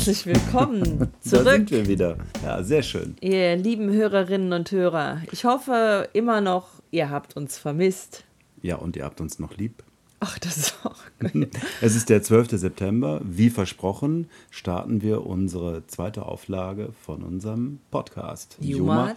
herzlich willkommen Da zurück, sind wir wieder. Ja, sehr schön. ihr lieben Hörerinnen und Hörer. Ich hoffe immer noch, ihr habt uns vermisst. Ja, und ihr habt uns noch lieb. Ach, das ist auch gut. Es ist der 12. September. Wie versprochen, starten wir unsere zweite Auflage von unserem Podcast. Juma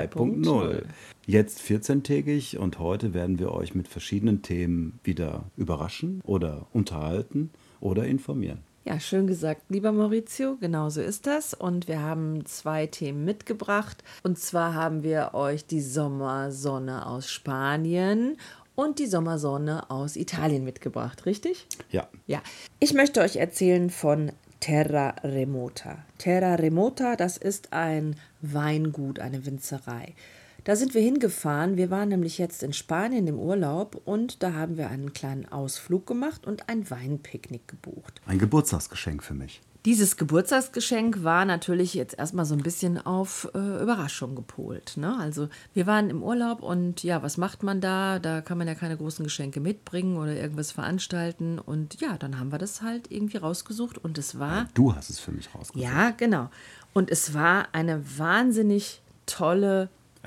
2.0. Jetzt 14-tägig und heute werden wir euch mit verschiedenen Themen wieder überraschen oder unterhalten oder informieren. Ja, schön gesagt, lieber Maurizio, genau so ist das. Und wir haben 2 Themen mitgebracht. Und zwar haben wir euch die Sommersonne aus Spanien und die Sommersonne aus Italien mitgebracht, richtig? Ja, Ja, ich möchte euch erzählen von Terra Remota. Terra Remota, das ist ein Weingut, eine Winzerei. Da sind wir hingefahren. Wir waren nämlich jetzt in Spanien im Urlaub und da haben wir einen kleinen Ausflug gemacht und ein Weinpicknick gebucht. ein Geburtstagsgeschenk für mich. Dieses Geburtstagsgeschenk war natürlich jetzt erstmal so ein bisschen auf Überraschung gepolt. Ne? Also wir waren im Urlaub und ja, was macht man da? Da kann man ja keine großen Geschenke mitbringen oder irgendwas veranstalten. Und ja, dann haben wir das halt irgendwie rausgesucht und es war, Du hast es für mich rausgesucht. ja, genau. Und es war eine wahnsinnig tolle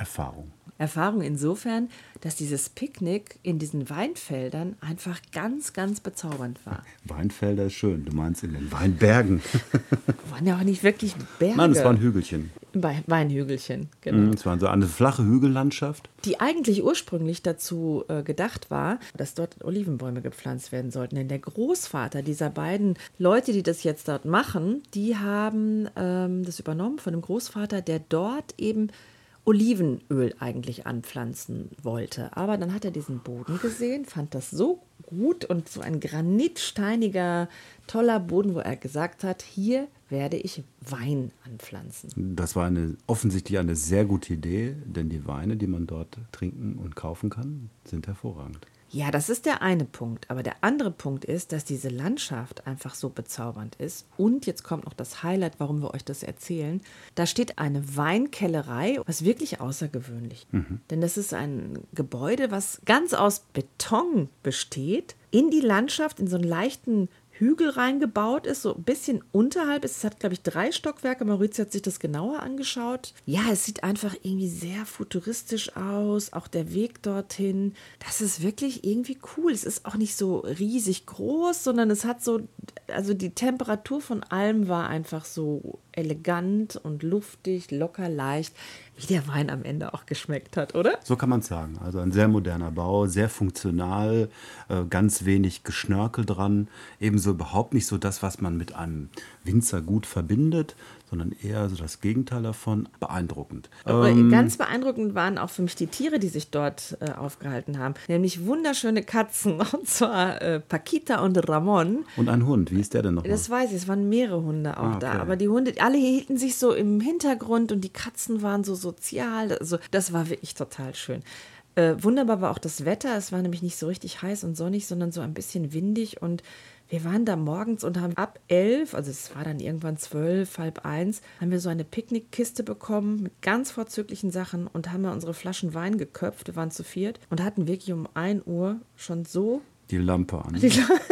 Erfahrung insofern, dass dieses Picknick in diesen Weinfeldern einfach ganz, ganz bezaubernd war. Weinfelder ist schön. Du meinst in den Weinbergen. Waren ja auch nicht wirklich Berge. Nein, es waren Hügelchen. Weinhügelchen, genau. Es war so eine flache Hügellandschaft. Die eigentlich ursprünglich dazu gedacht war, dass dort Olivenbäume gepflanzt werden sollten. Denn der Großvater dieser beiden Leute, die das jetzt dort machen, die haben das übernommen von dem Großvater, der dort eben Olivenöl eigentlich anpflanzen wollte. Aber dann hat er diesen Boden gesehen, fand das so gut und so ein granitsteiniger, toller Boden, wo er gesagt hat, hier werde ich Wein anpflanzen. Das war offensichtlich eine sehr gute Idee, denn die Weine, die man dort trinken und kaufen kann, sind hervorragend. Ja, das ist der eine Punkt. Aber der andere Punkt ist, dass diese Landschaft einfach so bezaubernd ist. Und jetzt kommt noch das Highlight, warum wir euch das erzählen. Da steht eine Weinkellerei, was wirklich außergewöhnlich. Denn das ist ein Gebäude, was ganz aus Beton besteht, in die Landschaft, in so einen leichten Hügel reingebaut ist, so ein bisschen unterhalb ist. Es hat, glaube ich, 3 Stockwerke. Maurizio hat sich das genauer angeschaut. Ja, es sieht einfach irgendwie sehr futuristisch aus. Auch der Weg dorthin. Das ist wirklich irgendwie cool. Es ist auch nicht so riesig groß, sondern es hat so, also die Temperatur von allem war einfach so elegant und luftig, locker, leicht, wie der Wein am Ende auch geschmeckt hat, oder? So kann man es sagen. Also ein sehr moderner Bau, sehr funktional, ganz wenig Geschnörkel dran. Ebenso überhaupt nicht so das, was man mit einem Winzergut verbindet, sondern eher so das Gegenteil davon. Beeindruckend. Aber ganz beeindruckend waren auch für mich die Tiere, die sich dort aufgehalten haben. Nämlich wunderschöne Katzen, und zwar Paquita und Ramon. Und ein Hund, wie ist der denn nochmal? Das weiß ich, es waren mehrere Hunde auch da. Okay. Aber die Hunde, alle hielten sich so im Hintergrund und die Katzen waren so sozial. Also das war wirklich total schön. Wunderbar war auch das Wetter. Es war nämlich nicht so richtig heiß und sonnig, sondern so ein bisschen windig. Und wir waren da morgens und haben ab 11, also es war dann irgendwann 12, halb 1, haben wir so eine Picknickkiste bekommen mit ganz vorzüglichen Sachen und haben wir unsere Flaschen Wein geköpft. Wir waren zu 4 und hatten wirklich um 1 Uhr schon so Die Lampe an.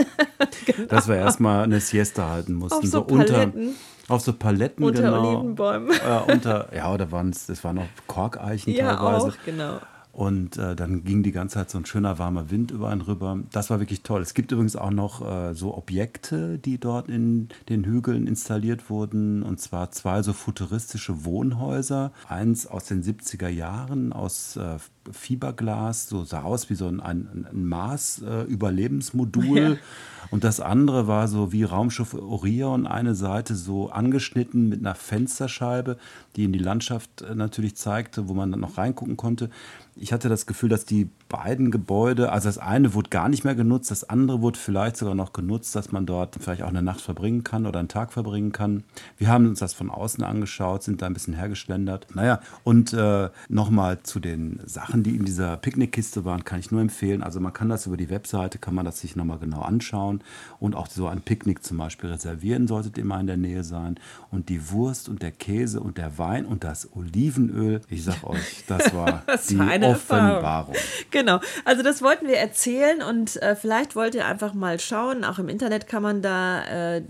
Dass wir erstmal eine Siesta halten mussten. auf so Paletten. Auf so Paletten, Unter genau. Olivenbäumen. Oder das waren noch Korkeichen Ja, teilweise. auch, genau. Und dann ging die ganze Zeit so ein schöner warmer Wind über einen rüber. Das war wirklich toll. Es gibt übrigens auch noch so Objekte, die dort in den Hügeln installiert wurden. Und zwar 2 so futuristische Wohnhäuser. Eins aus den 70er Jahren aus Fiberglas, so sah aus wie so ein Mars-Überlebensmodul. Ja. Und das andere war so wie Raumschiff Orion, eine Seite so angeschnitten mit einer Fensterscheibe, die in die Landschaft natürlich zeigte, wo man dann noch reingucken konnte. Ich hatte das Gefühl, dass die beiden Gebäude, also das eine wurde gar nicht mehr genutzt, das andere wurde vielleicht sogar noch genutzt, dass man dort vielleicht auch eine Nacht verbringen kann oder einen Tag verbringen kann. Wir haben uns das von außen angeschaut, sind da ein bisschen hergeschlendert. Naja, und nochmal zu den Sachen, die in dieser Picknickkiste waren, kann ich nur empfehlen. Also man kann das über die Webseite, kann man das sich nochmal genau anschauen und auch so ein Picknick zum Beispiel reservieren, solltet immer in der Nähe sein. Und die Wurst und der Käse und der Wein und das Olivenöl, ich sag euch, das war die Offenbarung. Genau, also das wollten wir erzählen und vielleicht wollt ihr einfach mal schauen. Auch im Internet kann man da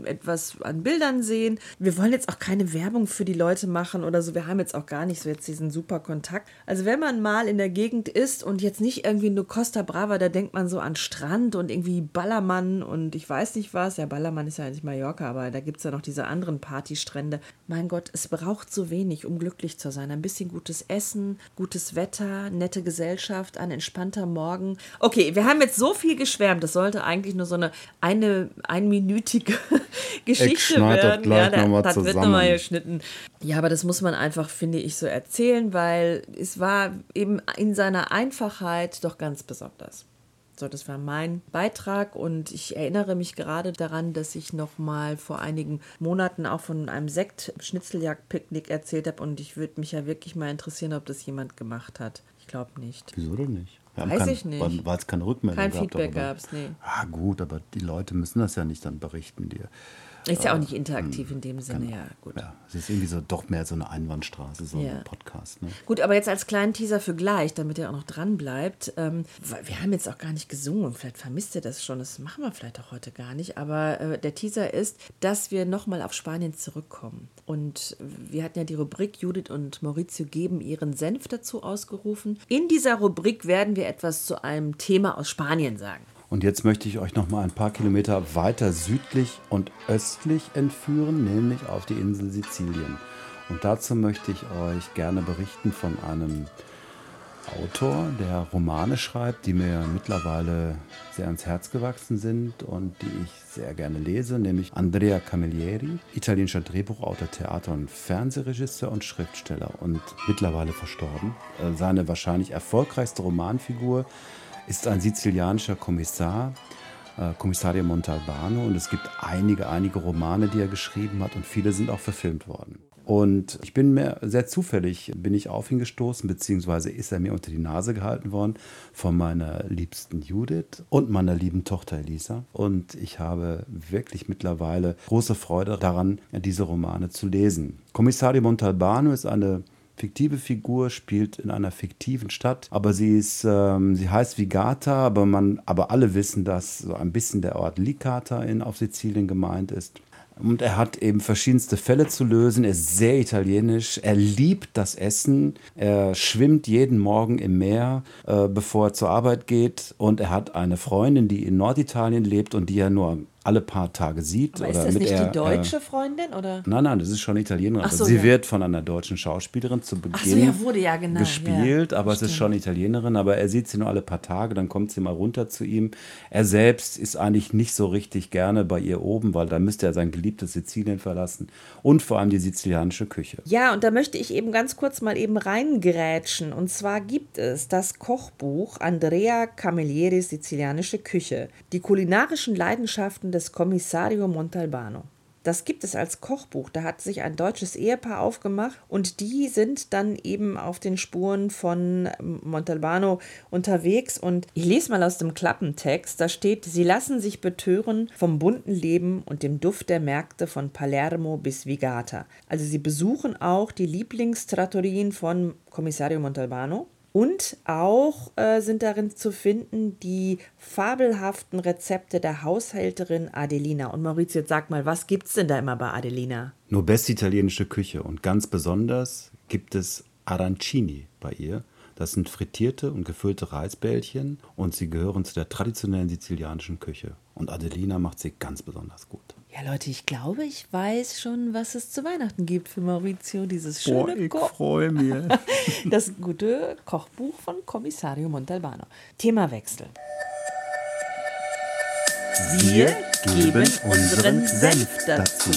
etwas an Bildern sehen. Wir wollen jetzt auch keine Werbung für die Leute machen oder so. Wir haben jetzt auch gar nicht so jetzt diesen super Kontakt. Also wenn man mal in der Gegend ist und jetzt nicht irgendwie nur Costa Brava, da denkt man so an Strand und irgendwie Ballermann und ich weiß nicht was. Ja, Ballermann ist ja nicht Mallorca, aber da gibt es ja noch diese anderen Partystrände. Mein Gott, es braucht so wenig, um glücklich zu sein. Ein bisschen gutes Essen, gutes Wetter, nette Gesellschaft, ein entspannter Morgen. Okay, wir haben jetzt so viel geschwärmt. Das sollte eigentlich nur so eine einminütige Geschichte werden. Ja, das wird nochmal geschnitten. Ja, aber das muss man einfach, finde ich, so erzählen, weil es war eben in seiner Einfachheit doch ganz besonders. So, das war mein Beitrag und ich erinnere mich gerade daran, dass ich noch mal vor einigen Monaten auch von einem Sekt-Schnitzeljagd-Picknick erzählt habe und ich würde mich ja wirklich mal interessieren, ob das jemand gemacht hat. Ich glaube nicht. Wieso denn nicht? Weiß ich nicht. Weil es keine Rückmeldung Kein gab. Feedback gab es, nee. Ah, gut, aber die Leute müssen das ja nicht dann berichten dir. Ist ja auch nicht interaktiv in dem Sinne, ja, gut. Ja, es ist irgendwie so doch mehr so eine Einbahnstraße, so Ja. ein Podcast. Ne? Gut, aber jetzt als kleinen Teaser für gleich, damit ihr auch noch dran bleibt. Wir haben jetzt auch gar nicht gesungen, vielleicht vermisst ihr das schon, das machen wir vielleicht auch heute gar nicht, aber der Teaser ist, dass wir nochmal auf Spanien zurückkommen. Und wir hatten ja die Rubrik Judith und Maurizio geben ihren Senf dazu ausgerufen. In dieser Rubrik werden wir etwas zu einem Thema aus Spanien sagen. Und jetzt möchte ich euch noch mal ein paar Kilometer weiter südlich und östlich entführen, nämlich auf die Insel Sizilien. Und dazu möchte ich euch gerne berichten von einem Autor, der Romane schreibt, die mir mittlerweile sehr ans Herz gewachsen sind und die ich sehr gerne lese, nämlich Andrea Camilleri, italienischer Drehbuchautor, Theater- und Fernsehregisseur und Schriftsteller und mittlerweile verstorben. Seine wahrscheinlich erfolgreichste Romanfigur ist ein sizilianischer Kommissar, Commissario Montalbano, und es gibt einige Romane, die er geschrieben hat und viele sind auch verfilmt worden. Und ich bin mir sehr zufällig, bin ich auf ihn gestoßen, beziehungsweise ist er mir unter die Nase gehalten worden von meiner liebsten Judith und meiner lieben Tochter Elisa. Und ich habe wirklich mittlerweile große Freude daran, diese Romane zu lesen. Commissario Montalbano ist eine fiktive Figur, spielt in einer fiktiven Stadt, aber sie heißt Vigata, aber alle wissen, dass so ein bisschen der Ort Licata auf Sizilien gemeint ist. Und er hat eben verschiedenste Fälle zu lösen. Er ist sehr italienisch. Er liebt das Essen. Er schwimmt jeden Morgen im Meer, bevor er zur Arbeit geht. Und er hat eine Freundin, die in Norditalien lebt und die er nur alle paar Tage sieht. Aber ist das nicht die deutsche Freundin? Oder? Nein, das ist schon Italienerin. Ach so, sie ja. wird von einer deutschen Schauspielerin zu Beginn genau, gespielt, ja, aber es ist schon Italienerin. Aber er sieht sie nur alle paar Tage, dann kommt sie mal runter zu ihm. Er selbst ist eigentlich nicht so richtig gerne bei ihr oben, weil da müsste er sein geliebtes Sizilien verlassen und vor allem die sizilianische Küche. Ja, und da möchte ich eben ganz kurz mal eben reingrätschen. Und zwar gibt es das Kochbuch Andrea Camillieris Sizilianische Küche, die kulinarischen Leidenschaften des Commissario Montalbano. Das gibt es als Kochbuch. Da hat sich ein deutsches Ehepaar aufgemacht und die sind dann eben auf den Spuren von Montalbano unterwegs. Und ich lese mal aus dem Klappentext. Da steht: Sie lassen sich betören vom bunten Leben und dem Duft der Märkte von Palermo bis Vigata. Also sie besuchen auch die Lieblingstrattorien von Commissario Montalbano. Und auch sind darin zu finden die fabelhaften Rezepte der Haushälterin Adelina. Und Maurizio, jetzt sag mal, was gibt's denn da immer bei Adelina? Nur beste italienische Küche und ganz besonders gibt es Arancini bei ihr. Das sind frittierte und gefüllte Reisbällchen und sie gehören zu der traditionellen sizilianischen Küche. Und Adelina macht sie ganz besonders gut. Ja, Leute, ich glaube, ich weiß schon, was es zu Weihnachten gibt für Maurizio. Dieses schöne Ich freue mich. Das gute Kochbuch von Commissario Montalbano. Themawechsel. Wir geben unseren Senf dazu.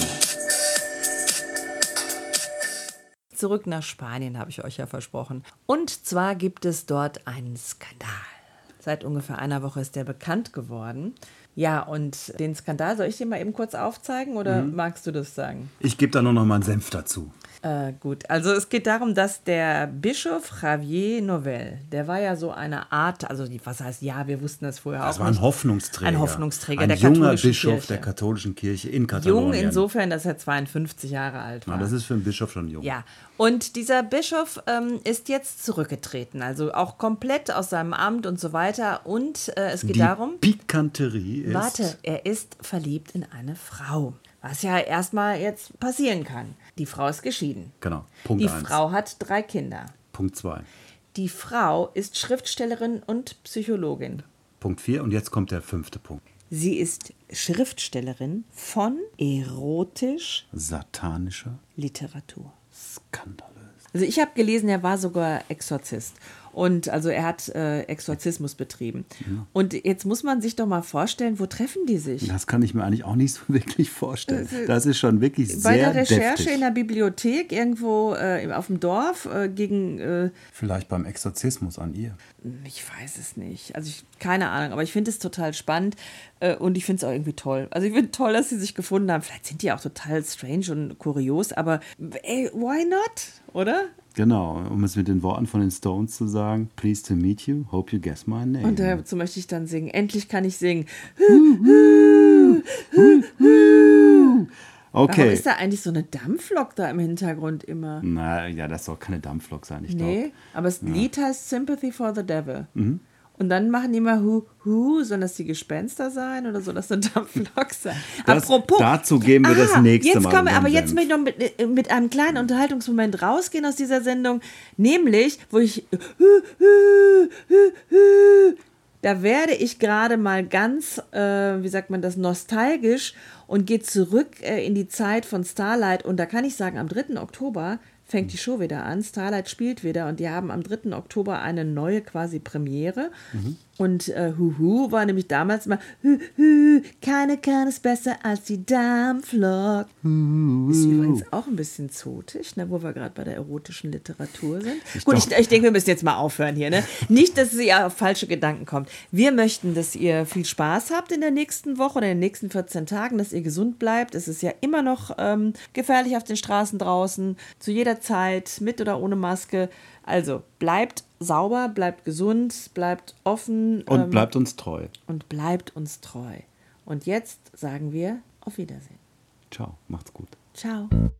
Zurück nach Spanien, habe ich euch ja versprochen. Und zwar gibt es dort einen Skandal. Seit ungefähr einer Woche ist der bekannt geworden. Ja, und den Skandal, soll ich dir mal eben kurz aufzeigen oder magst du das sagen? Ich gebe da nur noch mal einen Senf dazu. Gut, also es geht darum, dass der Bischof Javier Novell, der war ja so eine Art, also was heißt, ja, wir wussten das vorher auch nicht. Das war ein Hoffnungsträger. Ein Hoffnungsträger ein der junger katholischen Bischof Kirche. der katholischen Kirche in Katalonien. Jung insofern, dass er 52 Jahre alt war. Na, das ist für einen Bischof schon jung. Ja, und dieser Bischof ist jetzt zurückgetreten, also auch komplett aus seinem Amt und so weiter. Und es geht darum, Pikanterie ist... warte, er ist verliebt in eine Frau. Was ja erstmal jetzt passieren kann. Die Frau ist geschieden. Genau, Punkt Die 1. Frau hat 3 Kinder. Punkt 2. Die Frau ist Schriftstellerin und Psychologin. Punkt 4 und jetzt kommt der 5. Punkt. Sie ist Schriftstellerin von erotisch Satanischer Literatur. Skandalös. Also ich habe gelesen, er war sogar Exorzist. Und also er hat Exorzismus betrieben. Ja. Und jetzt muss man sich doch mal vorstellen, wo treffen die sich? Das kann ich mir eigentlich auch nicht so wirklich vorstellen. Das ist schon wirklich sehr bei der Recherche deftig. In der Bibliothek irgendwo auf dem Dorf gegen... Vielleicht beim Exorzismus an ihr. Ich weiß es nicht. Also keine Ahnung, aber ich finde es total spannend und ich finde es auch irgendwie toll. Also ich finde toll, dass sie sich gefunden haben. Vielleicht sind die auch total strange und kurios, aber ey, why not, oder? Genau, um es mit den Worten von den Stones zu sagen, pleased to meet you, hope you guess my name. Und dazu möchte ich dann singen, endlich kann ich singen. Okay. Warum ist da eigentlich so eine Dampflok da im Hintergrund immer? Na ja, das soll keine Dampflok sein, ich glaube. Nee, aber das Lied heißt Sympathy for the Devil. Und dann machen die immer sollen das die Gespenster sein oder soll das eine Dampflok sein? Apropos. Dazu geben wir das nächste jetzt Mal. Kommen wir, aber jetzt möchte ich noch mit einem kleinen Unterhaltungsmoment rausgehen aus dieser Sendung, nämlich, wo ich da werde ich gerade mal ganz, wie sagt man das, nostalgisch und gehe zurück in die Zeit von Starlight und da kann ich sagen, am 3. Oktober fängt die Show wieder an, Starlight spielt wieder und die haben am 3. Oktober eine neue quasi Premiere und war nämlich damals mal keine kann es besser als die Dampflok. Ist übrigens auch ein bisschen zotig, ne, wo wir gerade bei der erotischen Literatur sind. Ich denke, wir müssen jetzt mal aufhören hier. Ne? Nicht, dass ihr auf falsche Gedanken kommt. Wir möchten, dass ihr viel Spaß habt in der nächsten Woche oder in den nächsten 14 Tagen, dass ihr gesund bleibt. Es ist ja immer noch gefährlich auf den Straßen draußen, zu jeder Zeit, mit oder ohne Maske. Also bleibt sauber, bleibt gesund, bleibt offen. Und bleibt uns treu. Und bleibt uns treu. Und jetzt sagen wir auf Wiedersehen. Ciao, macht's gut. Ciao.